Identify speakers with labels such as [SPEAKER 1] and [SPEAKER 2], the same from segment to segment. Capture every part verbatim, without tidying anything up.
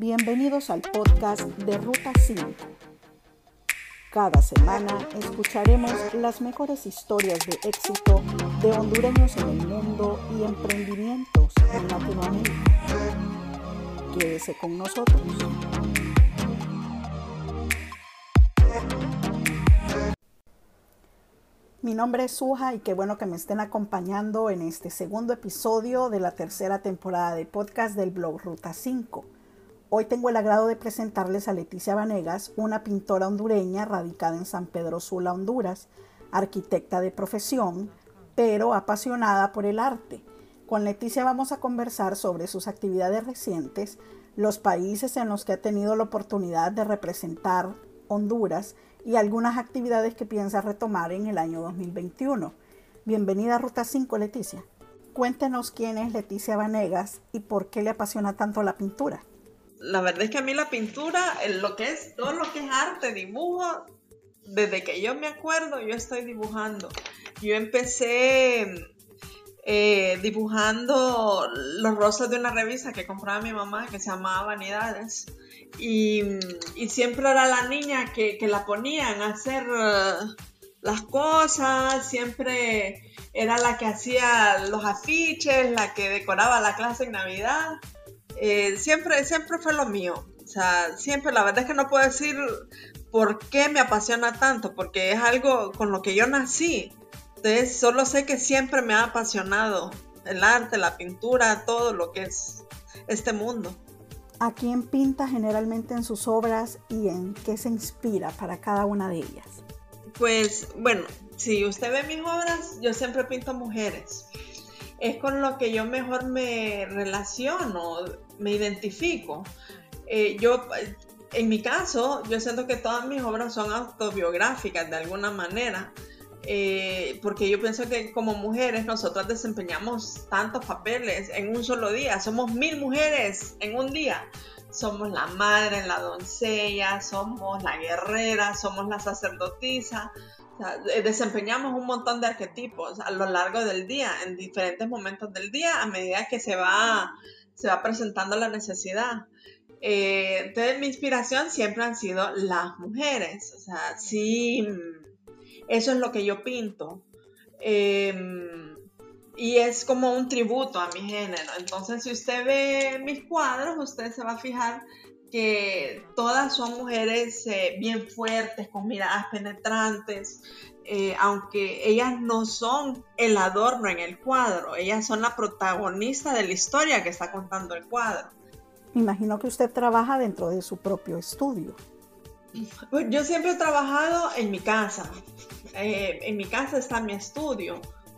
[SPEAKER 1] Bienvenidos al podcast de Ruta cinco. Cada semana escucharemos las mejores historias de éxito de hondureños en el mundo y emprendimientos en Latinoamérica. Quédese con nosotros. Mi nombre es Suja y qué bueno que me estén acompañando en este segundo episodio de la tercera temporada de podcast del blog Ruta cinco. Hoy tengo el agrado de presentarles a Leticia Vanegas, una pintora hondureña radicada en San Pedro Sula, Honduras, arquitecta de profesión, pero apasionada por el arte. Con Leticia vamos a conversar sobre sus actividades recientes, los países en los que ha tenido la oportunidad de representar Honduras y algunas actividades que piensa retomar en el año dos mil veintiuno. Bienvenida a Ruta cinco, Leticia. Cuéntenos quién es Leticia Vanegas y por qué le apasiona tanto la pintura.
[SPEAKER 2] La verdad es que a mí la pintura, lo que es, todo lo que es arte, dibujo, desde que yo me acuerdo, yo estoy dibujando. Yo empecé eh, dibujando los rostros de una revista que compraba mi mamá, que se llamaba Vanidades. Y, y siempre era la niña que, que la ponían a hacer uh, las cosas, siempre era la que hacía los afiches, la que decoraba la clase en Navidad. Eh, siempre, siempre fue lo mío. O sea, siempre, la verdad es que no puedo decir por qué me apasiona tanto, porque es algo con lo que yo nací. Entonces, solo sé que siempre me ha apasionado el arte, la pintura, todo lo que es este mundo.
[SPEAKER 1] ¿A quién pinta generalmente en sus obras y en qué se inspira para cada una de ellas?
[SPEAKER 2] Pues, bueno, si usted ve mis obras, yo siempre pinto mujeres. Es con lo que yo mejor me relaciono, me identifico. Eh, yo, en mi caso, yo siento que todas mis obras son autobiográficas de alguna manera, eh, porque yo pienso que como mujeres nosotras desempeñamos tantos papeles en un solo día. Somos mil mujeres en un día. Somos la madre, la doncella, somos la guerrera, somos la sacerdotisa. O sea, desempeñamos un montón de arquetipos a lo largo del día, en diferentes momentos del día, a medida que se va, se va presentando la necesidad. Eh, entonces, mi inspiración siempre han sido las mujeres. O sea, sí, eso es lo que yo pinto. Eh, y es como un tributo a mi género. Entonces, si usted ve mis cuadros, usted se va a fijar que todas son mujeres eh, bien fuertes, con miradas penetrantes, eh, aunque ellas no son el adorno en el cuadro, ellas son la protagonista de la historia que está contando el cuadro.
[SPEAKER 1] Me imagino que usted trabaja dentro de su propio estudio.
[SPEAKER 2] Pues yo siempre he trabajado en mi casa, eh, en mi casa está mi estudio,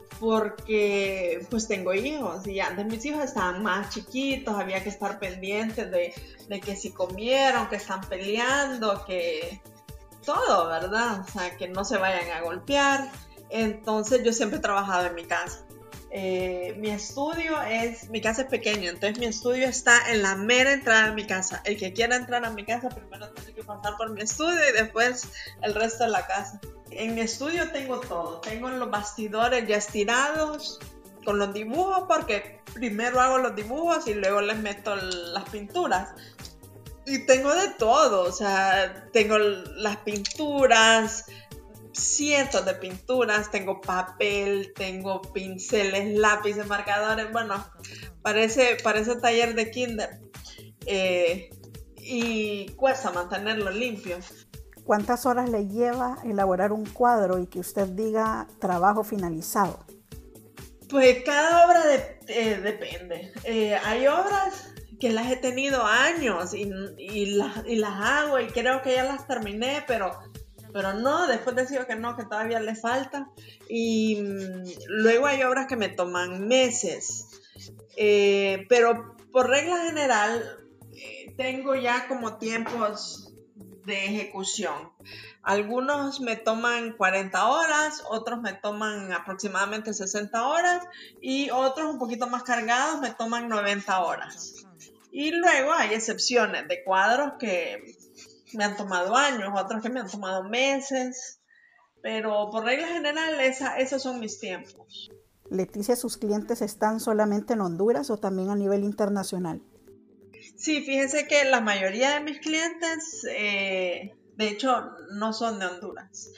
[SPEAKER 2] porque pues tengo hijos y antes mis hijos estaban más chiquitos, había que estar pendientes de, de que si comieron, que están peleando, que todo, ¿verdad? O sea, que no se vayan a golpear. Entonces yo siempre he trabajado en mi casa. Eh, mi estudio es, mi casa es pequeña, entonces mi estudio está en la mera entrada de mi casa. El que quiera entrar a mi casa primero tiene que pasar por mi estudio y después el resto de la casa. En mi estudio tengo todo, tengo los bastidores ya estirados con los dibujos, porque primero hago los dibujos y luego les meto las pinturas. Y tengo de todo, o sea, tengo las pinturas, cientos de pinturas, tengo papel, tengo pinceles, lápices, marcadores, bueno, parece, parece taller de kinder, eh, y cuesta mantenerlo limpio.
[SPEAKER 1] ¿Cuántas horas le lleva elaborar un cuadro y que usted diga trabajo finalizado?
[SPEAKER 2] Pues cada obra de, eh, depende. Eh, hay obras que las he tenido años y, y, las, y las hago y creo que ya las terminé, pero, pero no, después decido que no, que todavía le falta. Y mmm, luego hay obras que me toman meses. Eh, pero por regla general eh, tengo ya como tiempos de ejecución. Algunos me toman cuarenta horas, otros me toman aproximadamente sesenta horas y otros un poquito más cargados me toman noventa horas. Y luego hay excepciones de cuadros que me han tomado años, otros que me han tomado meses, pero por regla general esa, esos son mis tiempos.
[SPEAKER 1] Leticia, ¿sus clientes están solamente en Honduras o también a nivel internacional?
[SPEAKER 2] Sí, fíjense que la mayoría de mis clientes, eh, de hecho, no son de Honduras.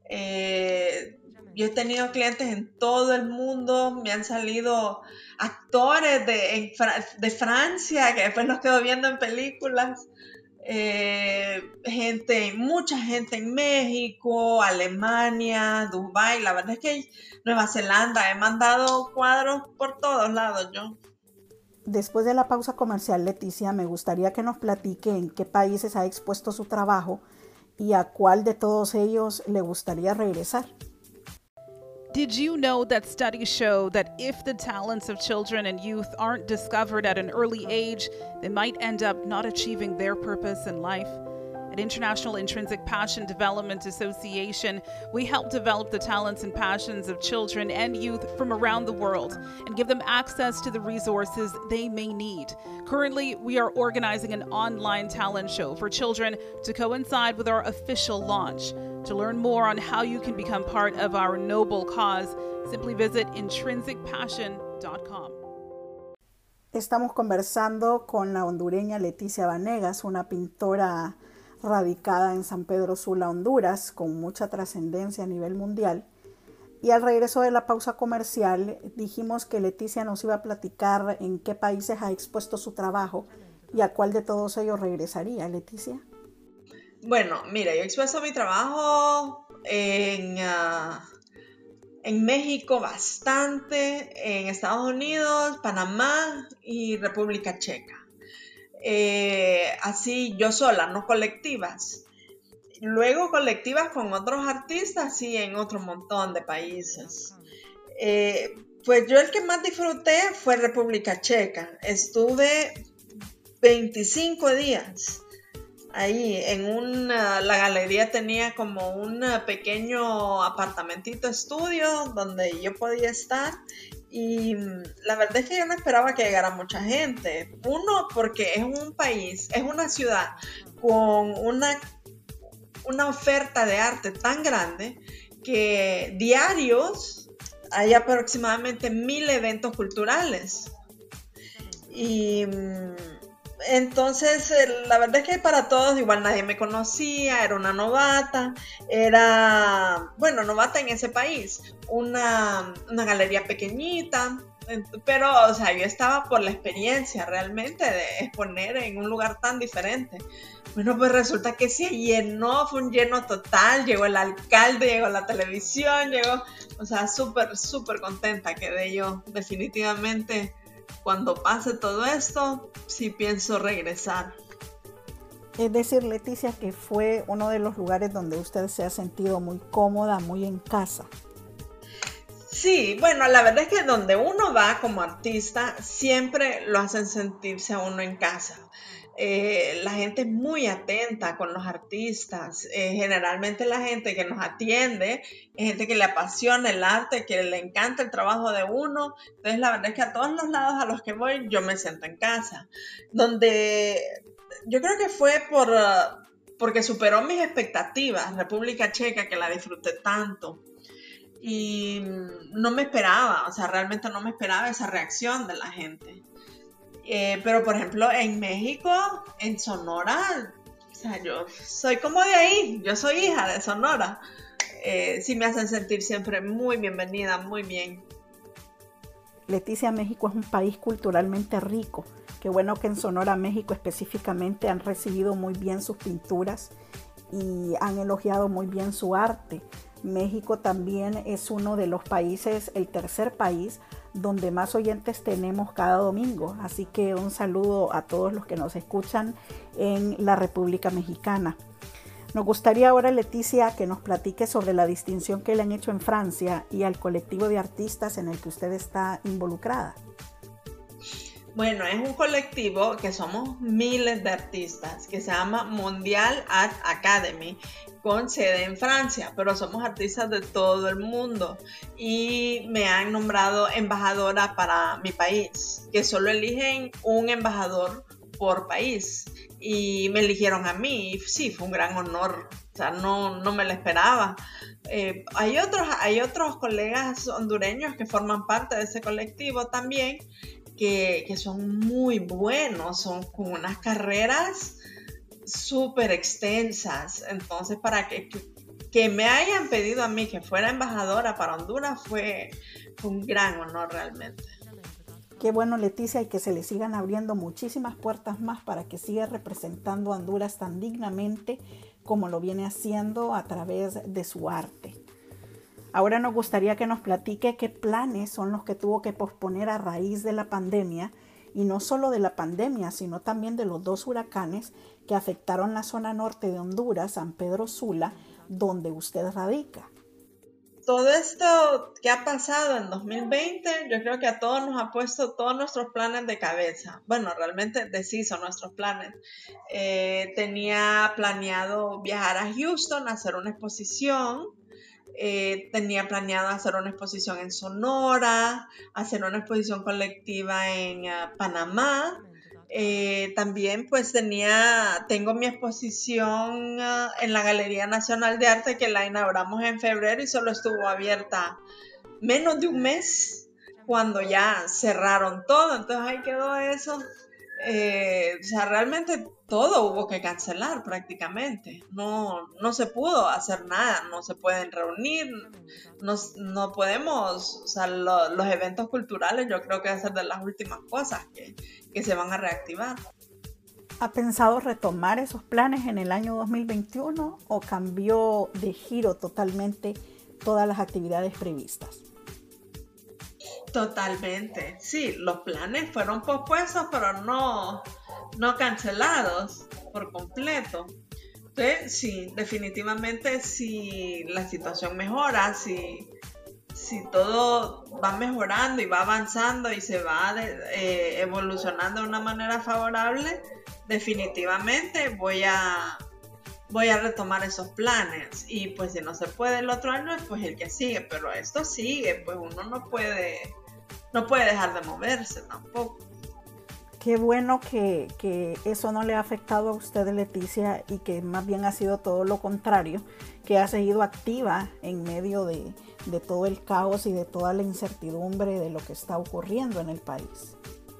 [SPEAKER 2] Eh, yo he tenido clientes en todo el mundo, me han salido actores de, en Fra- de Francia, que después los quedo viendo en películas. Eh, gente, mucha gente en México, Alemania, Dubái. La verdad es que Nueva Zelanda, he mandado cuadros por todos lados yo.
[SPEAKER 1] Después de la pausa comercial, Leticia, me gustaría que nos platique en qué países ha expuesto su trabajo y a cuál de todos ellos le gustaría regresar.
[SPEAKER 3] Did you know that studies show that if the talents of children and youth aren't discovered at an early age, they might end up not achieving their purpose in life? At International Intrinsic Passion Development Association, we help develop the talents and passions of children and youth from around the world and give them access to the resources they may need. Currently, we are organizing an online talent show for children to coincide with our official launch. To learn more on how you can become part of our noble cause, simply visit intrinsic passion dot com.
[SPEAKER 1] Estamos conversando con la hondureña Leticia Vanegas, una pintora radicada en San Pedro Sula, Honduras, con mucha trascendencia a nivel mundial. Y al regreso de la pausa comercial, dijimos que Leticia nos iba a platicar en qué países ha expuesto su trabajo y a cuál de todos ellos regresaría. Leticia.
[SPEAKER 2] Bueno, mira, yo expuesto mi trabajo en, uh, en México bastante, en Estados Unidos, Panamá y República Checa. Eh, así yo sola, no colectivas. Luego colectivas con otros artistas, sí, en otro montón de países. Eh, pues yo el que más disfruté fue República Checa. Estuve veinticinco días ahí en una, la galería tenía como un pequeño apartamentito estudio donde yo podía estar. Y la verdad es que yo no esperaba que llegara mucha gente. Uno, porque es un país, es una ciudad con una, una oferta de arte tan grande que diarios hay aproximadamente mil eventos culturales. Y entonces la verdad es que para todos igual nadie me conocía, era una novata, era, bueno, novata en ese país, una, una galería pequeñita, pero o sea, yo estaba por la experiencia realmente de exponer en un lugar tan diferente. Bueno, pues resulta que se llenó, fue un lleno total, llegó el alcalde, llegó la televisión, llegó, o sea, súper, súper contenta quedé yo, definitivamente. Cuando pase todo esto, sí pienso regresar.
[SPEAKER 1] Es decir, Leticia, que fue uno de los lugares donde usted se ha sentido muy cómoda, muy en casa.
[SPEAKER 2] Sí, bueno, la verdad es que donde uno va como artista, siempre lo hacen sentirse a uno en casa. Eh, la gente es muy atenta con los artistas. Eh, generalmente la gente que nos atiende es gente que le apasiona el arte, que le encanta el trabajo de uno. Entonces la verdad es que a todos los lados a los que voy yo me siento en casa. Donde yo creo que fue por, uh, porque superó mis expectativas, República Checa, que la disfruté tanto. Y no me esperaba, o sea, realmente no me esperaba esa reacción de la gente. Eh, pero por ejemplo en México, en Sonora, o sea, yo soy como de ahí, yo soy hija de Sonora, eh, sí me hacen sentir siempre muy bienvenida, muy bien.
[SPEAKER 1] Leticia, México es un país culturalmente rico. Qué bueno que en Sonora, México específicamente, han recibido muy bien sus pinturas y han elogiado muy bien su arte. México también es uno de los países, el tercer país donde más oyentes tenemos cada domingo. Así que un saludo a todos los que nos escuchan en la República Mexicana. Nos gustaría ahora, Leticia, que nos platique sobre la distinción que le han hecho en Francia y al colectivo de artistas en el que usted está involucrada.
[SPEAKER 2] Bueno, es un colectivo que somos miles de artistas, que se llama Mondial Art Academy, con sede en Francia, pero somos artistas de todo el mundo y me han nombrado embajadora para mi país, que solo eligen un embajador por país y me eligieron a mí. Sí, fue un gran honor, o sea, no, no me lo esperaba. Eh, hay otros, hay otros colegas hondureños que forman parte de ese colectivo también, que, que son muy buenos, son con unas carreras súper extensas. Entonces, para que, que, que me hayan pedido a mí que fuera embajadora para Honduras fue, fue un gran honor realmente.
[SPEAKER 1] Qué bueno, Leticia, y que se le sigan abriendo muchísimas puertas más para que siga representando a Honduras tan dignamente como lo viene haciendo a través de su arte. Ahora nos gustaría que nos platique qué planes son los que tuvo que posponer a raíz de la pandemia, y no solo de la pandemia, sino también de los dos huracanes que afectaron la zona norte de Honduras, San Pedro Sula, donde usted radica.
[SPEAKER 2] Todo esto que ha pasado en dos mil veinte, yo creo que a todos nos ha puesto todos nuestros planes de cabeza. Bueno, realmente deshizo nuestros planes. Eh, tenía planeado viajar a Houston, hacer una exposición. Eh, tenía planeado hacer una exposición en Sonora, hacer una exposición colectiva en uh, Panamá. Eh, también pues tenía, tengo mi exposición uh, en la Galería Nacional de Arte, que la inauguramos en febrero y solo estuvo abierta menos de un mes cuando ya cerraron todo. Entonces ahí quedó eso. Eh, o sea, realmente todo hubo que cancelar prácticamente. No, no se pudo hacer nada, no se pueden reunir, no, no podemos, o sea, lo, los eventos culturales yo creo que va a ser de las últimas cosas que, que se van a reactivar.
[SPEAKER 1] ¿Ha pensado retomar esos planes en el año dos mil veintiuno o cambió de giro totalmente todas las actividades previstas?
[SPEAKER 2] Totalmente, sí, los planes fueron pospuestos, pero no, no cancelados por completo. Entonces, sí, definitivamente si la situación mejora, si, si todo va mejorando y va avanzando y se va de, eh, evolucionando de una manera favorable, definitivamente voy a, voy a retomar esos planes. Y pues si no se puede el otro año, pues el que sigue, pero esto sigue, pues uno no puede... No puede dejar de moverse tampoco.
[SPEAKER 1] Qué bueno que, que eso no le ha afectado a usted, Leticia, y que más bien ha sido todo lo contrario, que ha seguido activa en medio de, de todo el caos y de toda la incertidumbre de lo que está ocurriendo en el país.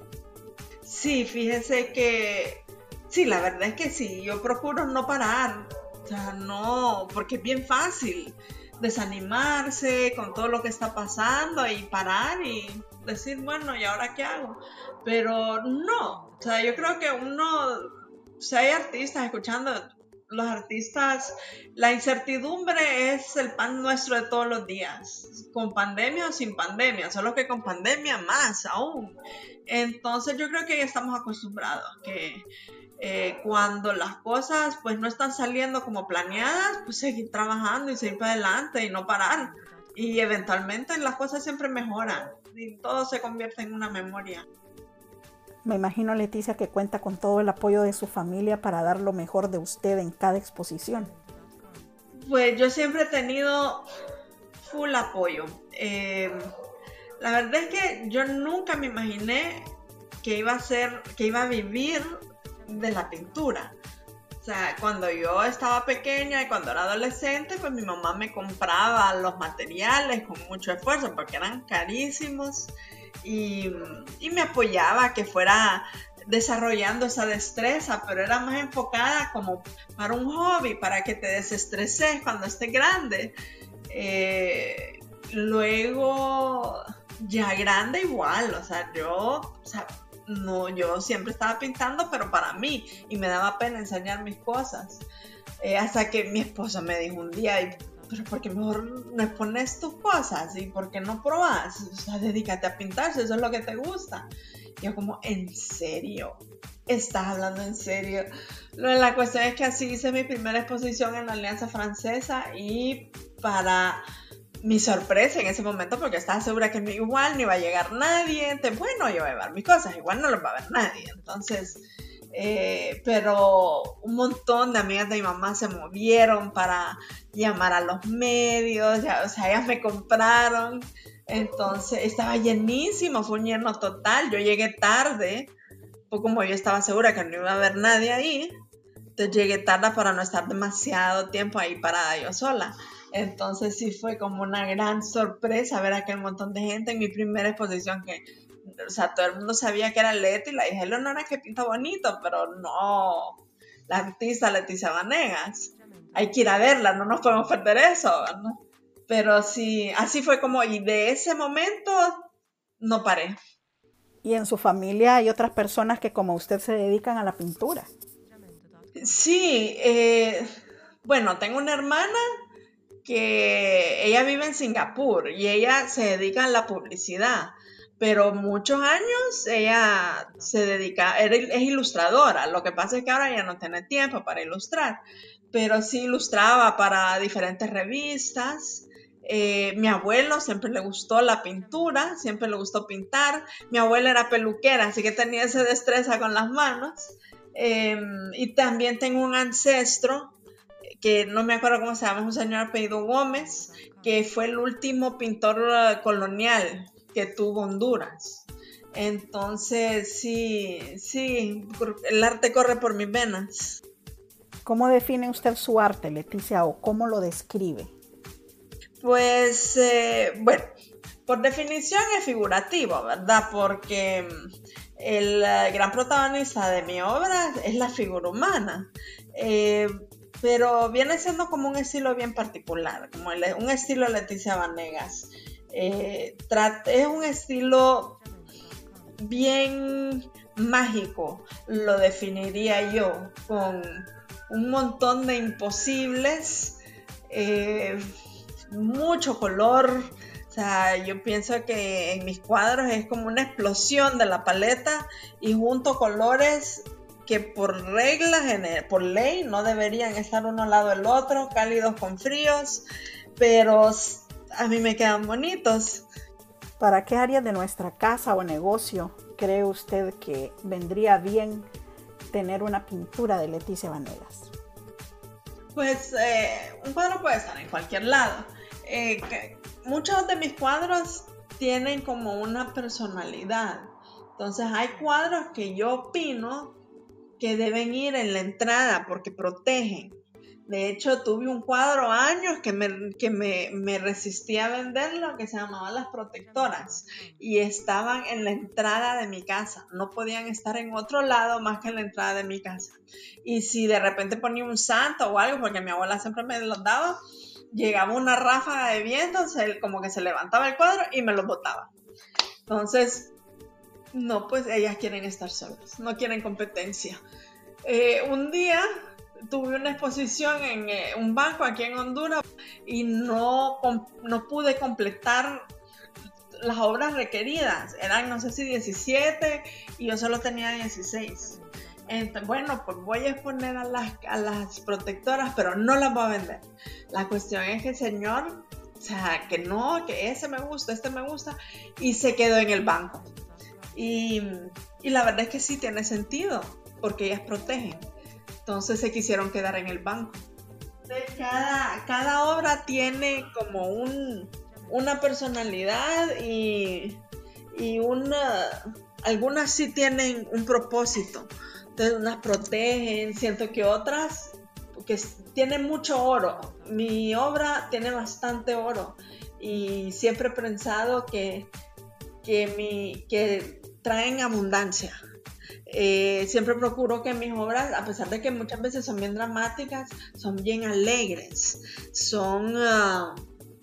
[SPEAKER 2] Sí, fíjese que, sí, la verdad es que sí, yo procuro no parar, o sea, no, porque es bien fácil desanimarse con todo lo que está pasando y parar y decir, bueno, ¿y ahora qué hago? Pero no, o sea, yo creo que uno, o sea, hay artistas escuchando, los artistas, la incertidumbre es el pan nuestro de todos los días, con pandemia o sin pandemia, solo que con pandemia más aún. Entonces yo creo que ya estamos acostumbrados, que eh, cuando las cosas pues no están saliendo como planeadas, pues seguir trabajando y seguir para adelante y no parar. Y eventualmente las cosas siempre mejoran y todo se convierte en una memoria.
[SPEAKER 1] Me imagino, Leticia, que cuenta con todo el apoyo de su familia para dar lo mejor de usted en cada exposición.
[SPEAKER 2] Pues yo siempre he tenido full apoyo. Eh, la verdad es que yo nunca me imaginé que iba a ser, que iba a vivir de la pintura. O sea, cuando yo estaba pequeña y cuando era adolescente, pues mi mamá me compraba los materiales con mucho esfuerzo porque eran carísimos y, y me apoyaba a que fuera desarrollando esa destreza, pero era más enfocada como para un hobby, para que te desestreses cuando estés grande. Eh, luego, ya grande igual, o sea, yo... O sea, no, yo siempre estaba pintando, pero para mí, y me daba pena enseñar mis cosas, eh, hasta que mi esposo me dijo un día, pero ¿por qué mejor no expones tus cosas? ¿Y por qué no probas? O sea, dedícate a pintar, si eso es lo que te gusta. Y yo como, ¿en serio? ¿Estás hablando en serio? La cuestión es que así hice mi primera exposición en la Alianza Francesa y para... mi sorpresa en ese momento, porque estaba segura que igual no iba a llegar nadie, entonces, bueno, yo voy a llevar mis cosas, igual no los va a ver nadie, entonces, eh, pero un montón de amigas de mi mamá se movieron para llamar a los medios, ya, o sea, ellas me compraron, entonces estaba llenísimo, fue un lleno total, yo llegué tarde, pues como yo estaba segura que no iba a haber nadie ahí, entonces llegué tarde para no estar demasiado tiempo ahí parada yo sola. Entonces sí fue como una gran sorpresa ver aquel montón de gente en mi primera exposición que o sea, todo el mundo sabía que era Leti, la hija de Leonora que pinta bonito, pero no la artista Leticia Vanegas. Hay que ir a verla, no nos podemos perder eso, ¿verdad? Pero sí, así fue como, y de ese momento no paré.
[SPEAKER 1] Y en su familia hay otras personas que como usted se dedican a la pintura.
[SPEAKER 2] Sí, eh, bueno, tengo una hermana que ella vive en Singapur y ella se dedica a la publicidad, pero muchos años ella se dedica, es ilustradora. Lo que pasa es que ahora ya no tiene tiempo para ilustrar, pero sí ilustraba para diferentes revistas. Eh, mi abuelo siempre le gustó la pintura, siempre le gustó pintar. Mi abuela era peluquera, así que tenía esa destreza con las manos. Eh, y también tengo un ancestro que no me acuerdo cómo se llama, es un señor apellido Gómez, que fue el último pintor colonial que tuvo Honduras. Entonces, sí, sí, el arte corre por mis venas.
[SPEAKER 1] ¿Cómo define usted su arte, Leticia, o cómo lo describe?
[SPEAKER 2] Pues, eh, bueno, por definición es figurativo, ¿verdad? Porque el gran protagonista de mi obra es la figura humana. Eh, pero viene siendo como un estilo bien particular, como el, un estilo Leticia Vanegas. Eh, es un estilo bien mágico, lo definiría yo, con un montón de imposibles, eh, mucho color. O sea, yo pienso que en mis cuadros es como una explosión de la paleta y junto colores que por reglas, por ley, no deberían estar uno al lado del otro, cálidos con fríos, pero a mí me quedan bonitos.
[SPEAKER 1] ¿Para qué área de nuestra casa o negocio cree usted que vendría bien tener una pintura de Leticia Vanegas?
[SPEAKER 2] Pues eh, un cuadro puede estar en cualquier lado. Eh, que, muchos de mis cuadros tienen como una personalidad. Entonces hay cuadros que yo opino que deben ir en la entrada porque protegen. De hecho, tuve un cuadro años que me, que me, me resistí a venderlo, que se llamaba Las Protectoras, y estaban en la entrada de mi casa. No podían estar en otro lado más que en la entrada de mi casa. Y si de repente ponía un santo o algo, porque mi abuela siempre me los daba, llegaba una ráfaga de viento, se, como que se levantaba el cuadro y me los botaba. Entonces, no, pues ellas quieren estar solas, no quieren competencia. Eh, un día tuve una exposición en eh, un banco aquí en Honduras y no, no pude completar las obras requeridas. Eran, no sé si diecisiete y yo solo tenía dieciséis. Entonces, bueno, pues voy a exponer a las, a las protectoras, pero no las voy a vender. La cuestión es que el señor, o sea, que no, que ese me gusta, este me gusta, y se quedó en el banco. Y, y la verdad es que sí tiene sentido, porque ellas protegen. Entonces se quisieron quedar en el banco. Cada, cada obra tiene como un, una personalidad y, y una, algunas sí tienen un propósito. Entonces unas protegen, siento que otras que tienen mucho oro. Mi obra tiene bastante oro y siempre he pensado que, que, mi, que traen abundancia. Eh, siempre procuro que mis obras, a pesar de que muchas veces son bien dramáticas, son bien alegres, son... Uh,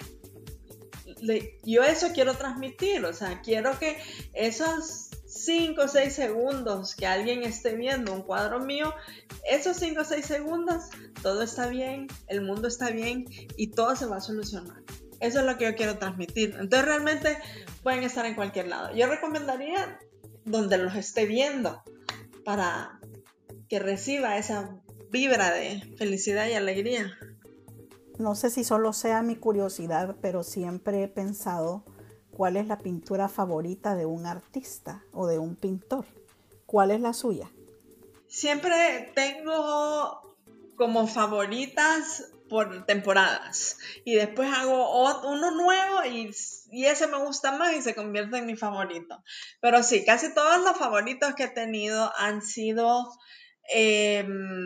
[SPEAKER 2] le, yo eso quiero transmitir, o sea, quiero que esos cinco o seis segundos que alguien esté viendo un cuadro mío, esos cinco o seis segundos, todo está bien, el mundo está bien y todo se va a solucionar. Eso es lo que yo quiero transmitir. Entonces realmente pueden estar en cualquier lado. Yo recomendaría donde los esté viendo, para que reciba esa vibra de felicidad y alegría.
[SPEAKER 1] No sé si solo sea mi curiosidad, pero siempre he pensado cuál es la pintura favorita de un artista o de un pintor. ¿Cuál es la suya?
[SPEAKER 2] Siempre tengo como favoritas por temporadas y después hago uno nuevo y, y ese me gusta más y se convierte en mi favorito. Pero sí, casi todos los favoritos que he tenido han sido eh,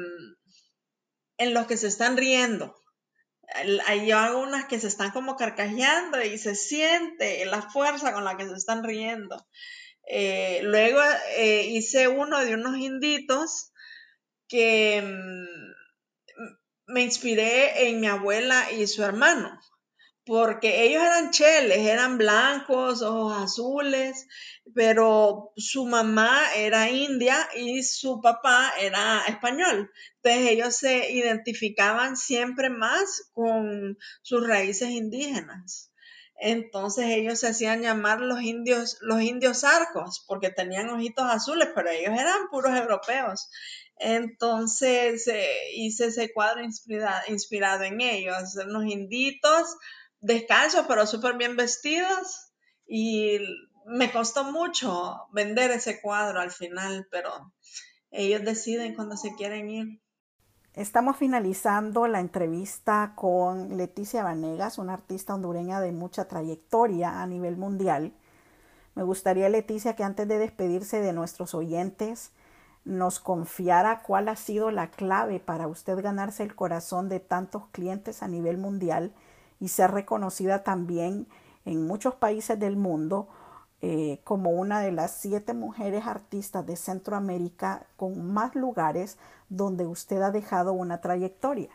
[SPEAKER 2] en los que se están riendo. Yo hago unas que se están como carcajeando y se siente la fuerza con la que se están riendo. Eh, luego eh, hice uno de unos inditos que mmm, me inspiré en mi abuela y su hermano, porque ellos eran cheles, eran blancos, ojos azules, pero su mamá era india y su papá era español. Entonces ellos se identificaban siempre más con sus raíces indígenas. Entonces ellos se hacían llamar los indios, los indios arcos, porque tenían ojitos azules, pero ellos eran puros europeos. Entonces eh, hice ese cuadro inspirado, inspirado en ellos, unos inditos descalzos, pero súper bien vestidos. Y me costó mucho vender ese cuadro al final, pero ellos deciden cuando se quieren ir.
[SPEAKER 1] Estamos finalizando la entrevista con Leticia Vanegas, una artista hondureña de mucha trayectoria a nivel mundial. Me gustaría, Leticia, que antes de despedirse de nuestros oyentes, nos confiara cuál ha sido la clave para usted ganarse el corazón de tantos clientes a nivel mundial y ser reconocida también en muchos países del mundo eh, como una de las siete mujeres artistas de Centroamérica con más lugares donde usted ha dejado una trayectoria.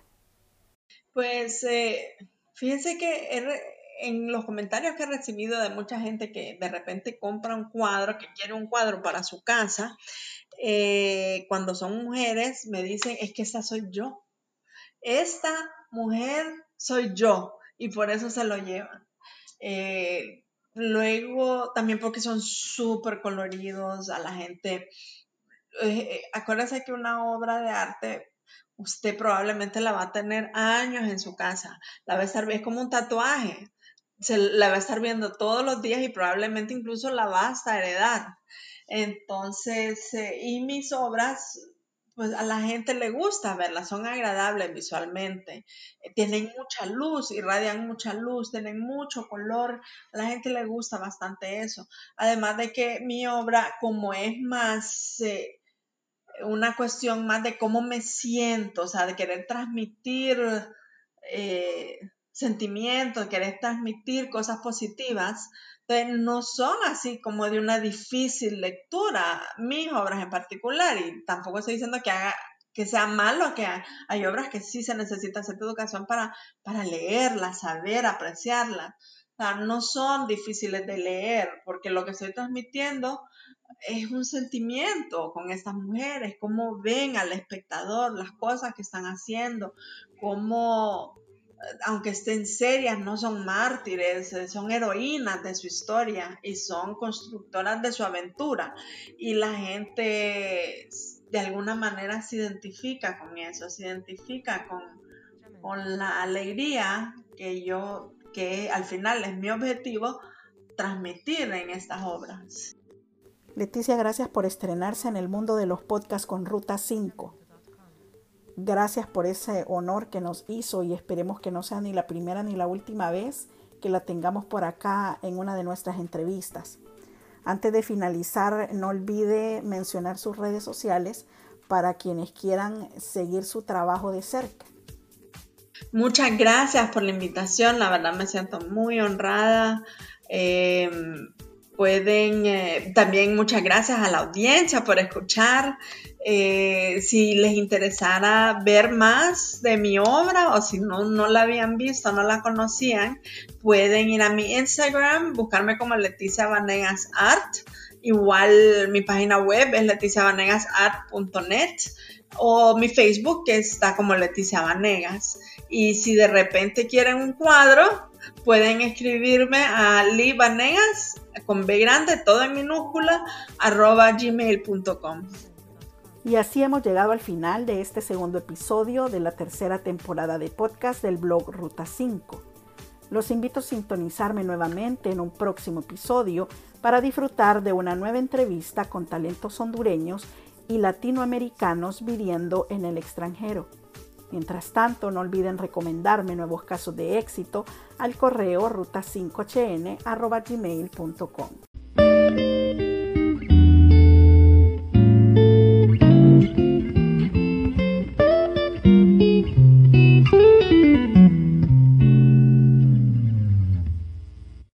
[SPEAKER 2] Pues eh, fíjense que he, en los comentarios que he recibido de mucha gente que de repente compra un cuadro, que quiere un cuadro para su casa, eh, cuando son mujeres me dicen, es que esta soy yo. Esta mujer soy yo y por eso se lo llevan. Eh, luego también porque son súper coloridos, a la gente, eh, acuérdese que una obra de arte usted probablemente la va a tener años en su casa, la va a estar, es como un tatuaje, se la va a estar viendo todos los días y probablemente incluso la va hasta heredar. Entonces, eh, y mis obras, pues a la gente le gusta verlas, son agradables visualmente, eh, tienen mucha luz, irradian mucha luz, tienen mucho color, a la gente le gusta bastante eso. Además de que mi obra, como es más eh, una cuestión más de cómo me siento, o sea, de querer transmitir eh, sentimientos, de querer transmitir cosas positivas, entonces no son así como de una difícil lectura, mis obras en particular, y tampoco estoy diciendo que haga que sea malo, que hay, hay obras que sí se necesita cierta educación para, para leerlas, saber, apreciarlas. O sea, no son difíciles de leer, porque lo que estoy transmitiendo es un sentimiento con estas mujeres, cómo ven al espectador las cosas que están haciendo, cómo, aunque estén serias, no son mártires, son heroínas de su historia y son constructoras de su aventura. Y la gente de alguna manera se identifica con eso, se identifica con, con la alegría que yo, que al final es mi objetivo, transmitir en estas obras.
[SPEAKER 1] Leticia, gracias por estrenarse en el mundo de los podcasts con Ruta cinco. Gracias por ese honor que nos hizo y esperemos que no sea ni la primera ni la última vez que la tengamos por acá en una de nuestras entrevistas. Antes de finalizar, no olvide mencionar sus redes sociales para quienes quieran seguir su trabajo de cerca.
[SPEAKER 2] Muchas gracias por la invitación, la verdad me siento muy honrada. Eh, pueden, eh, también muchas gracias a la audiencia por escuchar. Eh, si les interesara ver más de mi obra o si no, no la habían visto, no la conocían, pueden ir a mi Instagram, buscarme como Leticia Vanegas Art. Igual mi página web es leticia vanegas art punto net o mi Facebook que está como Leticia Vanegas. Y si de repente quieren un cuadro, pueden escribirme a livanegas con B grande, todo en minúscula, arroba gmail punto com.
[SPEAKER 1] Y así hemos llegado al final de este segundo episodio de la tercera temporada de podcast del blog Ruta cinco. Los invito a sintonizarme nuevamente en un próximo episodio para disfrutar de una nueva entrevista con talentos hondureños y latinoamericanos viviendo en el extranjero. Mientras tanto, no olviden recomendarme nuevos casos de éxito al correo ruta cinco h n arroba gmail punto com.